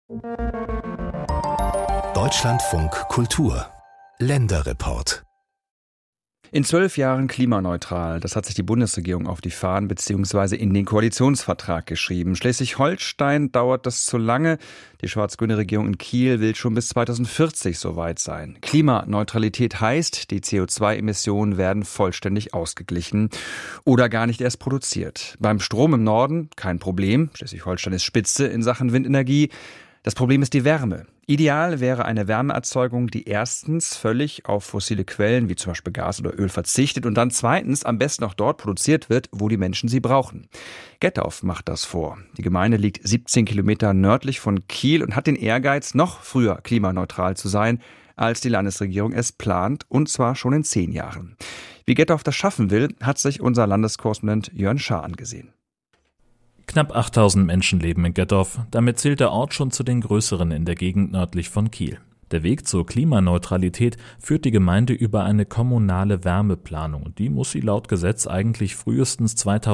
Deutschlandfunk Kultur Länderreport. In 12 Jahren klimaneutral, das hat sich die Bundesregierung auf die Fahnen bzw. in den Koalitionsvertrag geschrieben. Schleswig-Holstein dauert das zu lange. Die schwarz-grüne Regierung in Kiel will schon bis 2040 soweit sein. Klimaneutralität heißt, die CO2-Emissionen werden vollständig ausgeglichen oder gar nicht erst produziert. Beim Strom im Norden kein Problem. Schleswig-Holstein ist Spitze in Sachen Windenergie. Das Problem ist die Wärme. Ideal wäre eine Wärmeerzeugung, die erstens völlig auf fossile Quellen wie zum Beispiel Gas oder Öl verzichtet und dann zweitens am besten auch dort produziert wird, wo die Menschen sie brauchen. Gettorf macht das vor. Die Gemeinde liegt 17 Kilometer nördlich von Kiel und hat den Ehrgeiz, noch früher klimaneutral zu sein, als die Landesregierung es plant, und zwar schon in 10 Jahren. Wie Gettorf das schaffen will, hat sich unser Landeskorrespondent Jörn Schaar angesehen. Knapp 8000 Menschen leben in Gettorf. Damit zählt der Ort schon zu den größeren in der Gegend nördlich von Kiel. Der Weg zur Klimaneutralität führt die Gemeinde über eine kommunale Wärmeplanung. Und die muss sie laut Gesetz eigentlich frühestens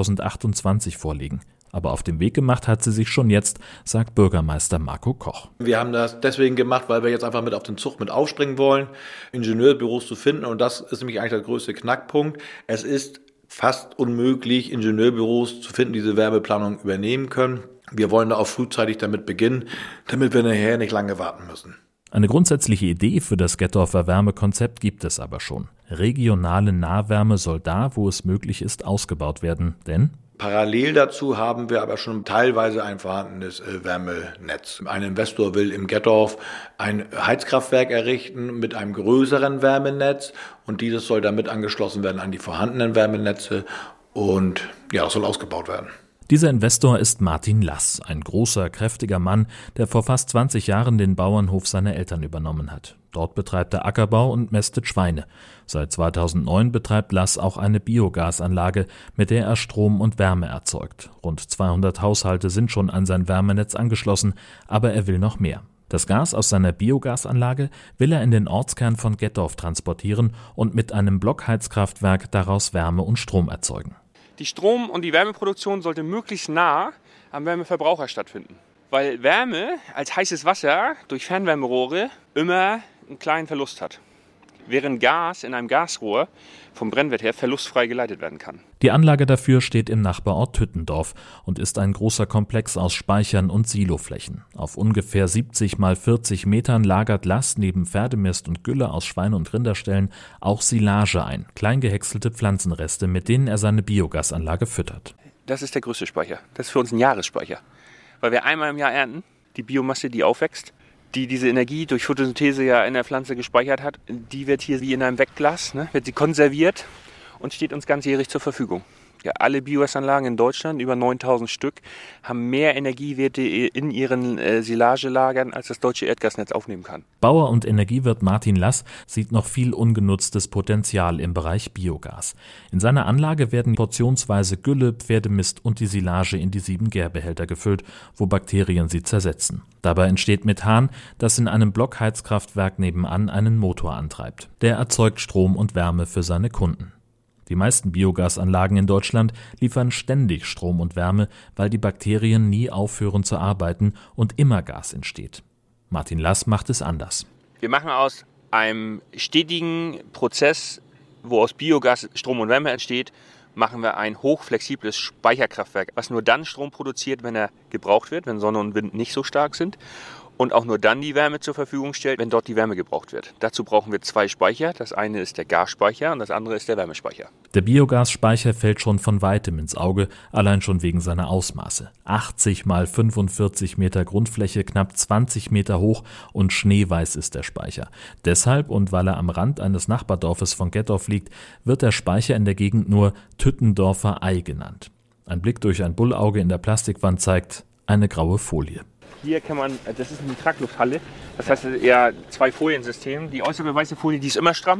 2028 vorlegen. Aber auf den Weg gemacht hat sie sich schon jetzt, sagt Bürgermeister Marco Koch. Wir haben das deswegen gemacht, weil wir jetzt einfach mit auf den Zug mit aufspringen wollen, Ingenieurbüros zu finden. Und das ist nämlich eigentlich der größte Knackpunkt. Es ist fast unmöglich, Ingenieurbüros zu finden, die diese Wärmeplanung übernehmen können. Wir wollen da auch frühzeitig damit beginnen, damit wir nachher nicht lange warten müssen. Eine grundsätzliche Idee für das Gettorfer Wärmekonzept gibt es aber schon. Regionale Nahwärme soll da, wo es möglich ist, ausgebaut werden, denn parallel dazu haben wir aber schon teilweise ein vorhandenes Wärmenetz. Ein Investor will im Gettorf ein Heizkraftwerk errichten mit einem größeren Wärmenetz und dieses soll damit angeschlossen werden an die vorhandenen Wärmenetze und ja, das soll ausgebaut werden. Dieser Investor ist Martin Lass, ein großer, kräftiger Mann, der vor fast 20 Jahren den Bauernhof seiner Eltern übernommen hat. Dort betreibt er Ackerbau und mästet Schweine. Seit 2009 betreibt Lass auch eine Biogasanlage, mit der er Strom und Wärme erzeugt. Rund 200 Haushalte sind schon an sein Wärmenetz angeschlossen, aber er will noch mehr. Das Gas aus seiner Biogasanlage will er in den Ortskern von Gettorf transportieren und mit einem Blockheizkraftwerk daraus Wärme und Strom erzeugen. Die Strom- und die Wärmeproduktion sollte möglichst nah am Wärmeverbraucher stattfinden. Weil Wärme als heißes Wasser durch Fernwärmerohre immer einen kleinen Verlust hat. Während Gas in einem Gasrohr vom Brennwert her verlustfrei geleitet werden kann. Die Anlage dafür steht im Nachbarort Tüttendorf und ist ein großer Komplex aus Speichern und Siloflächen. Auf ungefähr 70 mal 40 Metern lagert Lass neben Pferdemist und Gülle aus Schwein- und Rinderställen auch Silage ein, klein gehäckselte Pflanzenreste, mit denen er seine Biogasanlage füttert. Das ist der größte Speicher. Das ist für uns ein Jahresspeicher. Weil wir einmal im Jahr ernten, die Biomasse, die aufwächst, die diese Energie durch Photosynthese ja in der Pflanze gespeichert hat, die wird hier wie in einem Wegglas, wird sie konserviert und steht uns ganzjährig zur Verfügung. Ja, alle Biogasanlagen in Deutschland, über 9000 Stück, haben mehr Energiewerte in ihren Silagelagern, als das deutsche Erdgasnetz aufnehmen kann. Bauer und Energiewirt Martin Lass sieht noch viel ungenutztes Potenzial im Bereich Biogas. In seiner Anlage werden portionsweise Gülle, Pferdemist und die Silage in die 7 Gärbehälter gefüllt, wo Bakterien sie zersetzen. Dabei entsteht Methan, das in einem Blockheizkraftwerk nebenan einen Motor antreibt. Der erzeugt Strom und Wärme für seine Kunden. Die meisten Biogasanlagen in Deutschland liefern ständig Strom und Wärme, weil die Bakterien nie aufhören zu arbeiten und immer Gas entsteht. Martin Lass macht es anders. Wir machen aus einem stetigen Prozess, wo aus Biogas Strom und Wärme entsteht, machen wir ein hochflexibles Speicherkraftwerk, was nur dann Strom produziert, wenn er gebraucht wird, wenn Sonne und Wind nicht so stark sind. Und auch nur dann die Wärme zur Verfügung stellt, wenn dort die Wärme gebraucht wird. Dazu brauchen wir 2 Speicher. Das eine ist der Gasspeicher und das andere ist der Wärmespeicher. Der Biogasspeicher fällt schon von weitem ins Auge, allein schon wegen seiner Ausmaße. 80 mal 45 Meter Grundfläche, knapp 20 Meter hoch und schneeweiß ist der Speicher. Deshalb und weil er am Rand eines Nachbardorfes von Gettorf liegt, wird der Speicher in der Gegend nur Tüttendorfer Ei genannt. Ein Blick durch ein Bullauge in der Plastikwand zeigt eine graue Folie. Hier kann man, das ist eine Traglufthalle, das heißt eher 2 Foliensystem. Die äußere weiße Folie, die ist immer stramm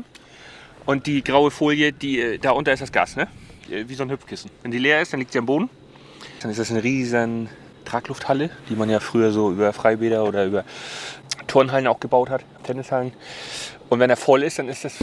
und die graue Folie, darunter ist das Gas, wie so ein Hüpfkissen. Wenn die leer ist, dann liegt sie am Boden. Dann ist das eine riesen Traglufthalle, die man ja früher so über Freibäder oder über Turnhallen auch gebaut hat, Tennishallen. Und wenn er voll ist, dann ist das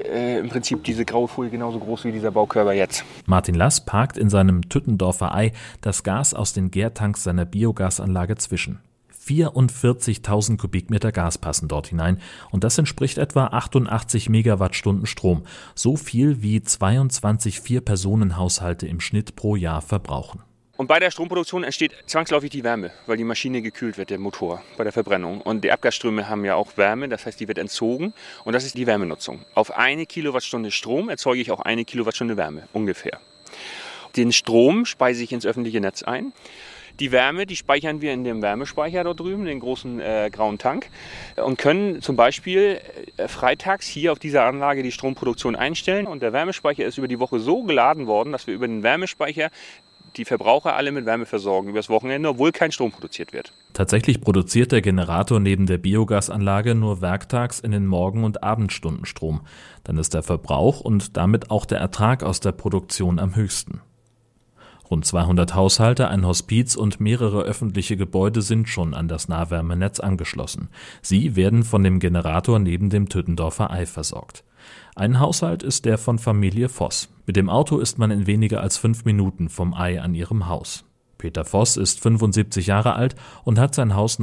im Prinzip diese graue Folie genauso groß wie dieser Baukörper jetzt. Martin Lass parkt in seinem Tüttendorfer Ei das Gas aus den Gärtanks seiner Biogasanlage zwischen. 44.000 Kubikmeter Gas passen dort hinein und das entspricht etwa 88 Megawattstunden Strom, so viel wie 22 Vier-Personen-Haushalte im Schnitt pro Jahr verbrauchen. Und bei der Stromproduktion entsteht zwangsläufig die Wärme, weil die Maschine gekühlt wird, der Motor bei der Verbrennung. Und die Abgasströme haben ja auch Wärme, das heißt, die wird entzogen und das ist die Wärmenutzung. Auf 1 Kilowattstunde Strom erzeuge ich auch 1 Kilowattstunde Wärme, ungefähr. Den Strom speise ich ins öffentliche Netz ein. Die Wärme, die speichern wir in dem Wärmespeicher dort drüben, den großen grauen Tank und können zum Beispiel freitags hier auf dieser Anlage die Stromproduktion einstellen. Und der Wärmespeicher ist über die Woche so geladen worden, dass wir über den Wärmespeicher die Verbraucher alle mit Wärme versorgen übers Wochenende, obwohl kein Strom produziert wird. Tatsächlich produziert der Generator neben der Biogasanlage nur werktags in den Morgen- und Abendstunden Strom. Dann ist der Verbrauch und damit auch der Ertrag aus der Produktion am höchsten. Rund 200 Haushalte, ein Hospiz und mehrere öffentliche Gebäude sind schon an das Nahwärmenetz angeschlossen. Sie werden von dem Generator neben dem Tüttendorfer Ei versorgt. Ein Haushalt ist der von Familie Voss. Mit dem Auto ist man in weniger als 5 Minuten vom Ei an ihrem Haus. Peter Voss ist 75 Jahre alt und hat sein Haus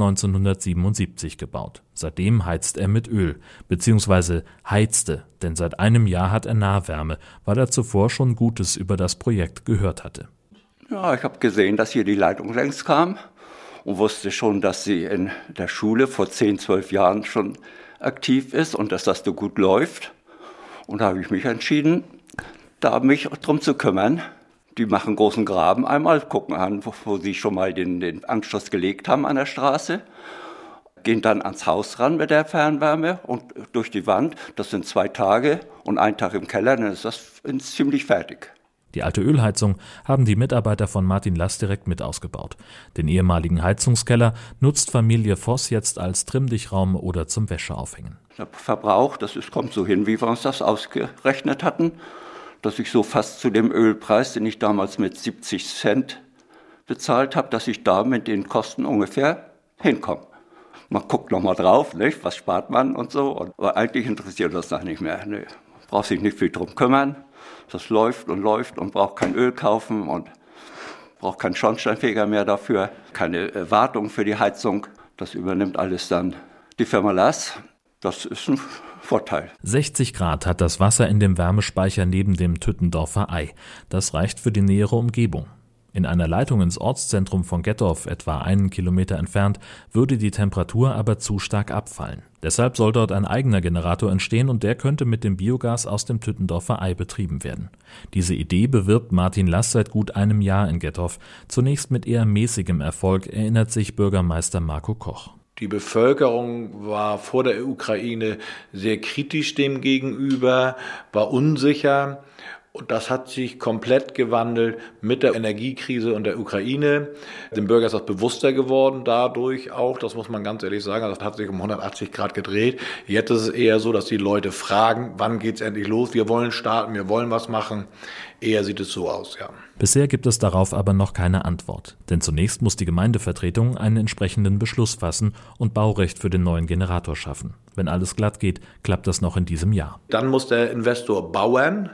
1977 gebaut. Seitdem heizt er mit Öl, beziehungsweise heizte, denn seit einem Jahr hat er Nahwärme, weil er zuvor schon Gutes über das Projekt gehört hatte. Ja, ich habe gesehen, dass hier die Leitung längs kam und wusste schon, dass sie in der Schule vor 10, 12 Jahren schon aktiv ist und dass das so gut läuft. Und da habe ich mich entschieden, da mich drum zu kümmern. Die machen großen Graben einmal, gucken an, wo sie schon mal den Anschluss gelegt haben an der Straße, gehen dann ans Haus ran mit der Fernwärme und durch die Wand. Das sind 2 Tage und 1 Tag im Keller, dann ist das ziemlich fertig. Die alte Ölheizung haben die Mitarbeiter von Martin Lass direkt mit ausgebaut. Den ehemaligen Heizungskeller nutzt Familie Voss jetzt als Trimmdichtraum oder zum Wäscheaufhängen. Der Verbrauch, kommt so hin, wie wir uns das ausgerechnet hatten, dass ich so fast zu dem Ölpreis, den ich damals mit 70 Cent bezahlt habe, dass ich da mit den Kosten ungefähr hinkomme. Man guckt nochmal drauf, nicht? Was spart man und so, aber eigentlich interessiert das noch nicht mehr. Nee. Braucht sich nicht viel drum kümmern. Das läuft und braucht kein Öl kaufen und braucht keinen Schornsteinfeger mehr dafür, keine Wartung für die Heizung. Das übernimmt alles dann die Firma Lass. Das ist ein Vorteil. 60 Grad hat das Wasser in dem Wärmespeicher neben dem Tüttendorfer Ei. Das reicht für die nähere Umgebung. In einer Leitung ins Ortszentrum von Gettorf, etwa 1 Kilometer entfernt, würde die Temperatur aber zu stark abfallen. Deshalb soll dort ein eigener Generator entstehen und der könnte mit dem Biogas aus dem Tüttendorfer Ei betrieben werden. Diese Idee bewirbt Martin Lass seit gut einem Jahr in Gettorf. Zunächst mit eher mäßigem Erfolg, erinnert sich Bürgermeister Marco Koch. Die Bevölkerung war vor der Ukraine sehr kritisch dem gegenüber, war unsicher. Und das hat sich komplett gewandelt mit der Energiekrise und der Ukraine. Dem Bürger ist das bewusster geworden dadurch auch, das muss man ganz ehrlich sagen. Also das hat sich um 180 Grad gedreht. Jetzt ist es eher so, dass die Leute fragen, wann geht's endlich los? Wir wollen starten, wir wollen was machen. Eher sieht es so aus, ja. Bisher gibt es darauf aber noch keine Antwort. Denn zunächst muss die Gemeindevertretung einen entsprechenden Beschluss fassen und Baurecht für den neuen Generator schaffen. Wenn alles glatt geht, klappt das noch in diesem Jahr. Dann muss der Investor bauen.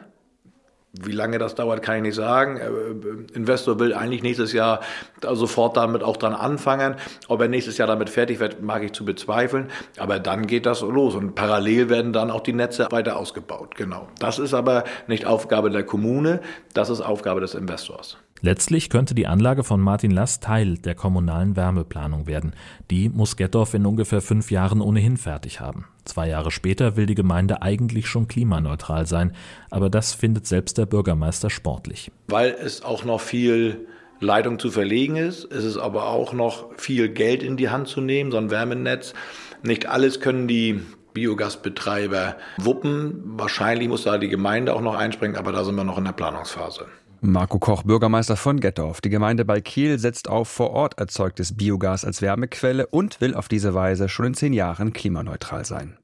Wie lange das dauert, kann ich nicht sagen. Investor will eigentlich nächstes Jahr sofort damit auch dran anfangen. Ob er nächstes Jahr damit fertig wird, mag ich zu bezweifeln. Aber dann geht das los und parallel werden dann auch die Netze weiter ausgebaut. Genau. Das ist aber nicht Aufgabe der Kommune, das ist Aufgabe des Investors. Letztlich könnte die Anlage von Martin Lass Teil der kommunalen Wärmeplanung werden. Die muss Gettorf in ungefähr 5 Jahren ohnehin fertig haben. 2 Jahre später will die Gemeinde eigentlich schon klimaneutral sein, aber das findet selbst der Bürgermeister sportlich. Weil es auch noch viel Leitung zu verlegen ist, es ist aber auch noch viel Geld in die Hand zu nehmen, so ein Wärmenetz. Nicht alles können die Biogasbetreiber wuppen. Wahrscheinlich muss da die Gemeinde auch noch einspringen, aber da sind wir noch in der Planungsphase. Marco Koch, Bürgermeister von Gettorf. Die Gemeinde bei Kiel setzt auf vor Ort erzeugtes Biogas als Wärmequelle und will auf diese Weise schon in 10 Jahren klimaneutral sein.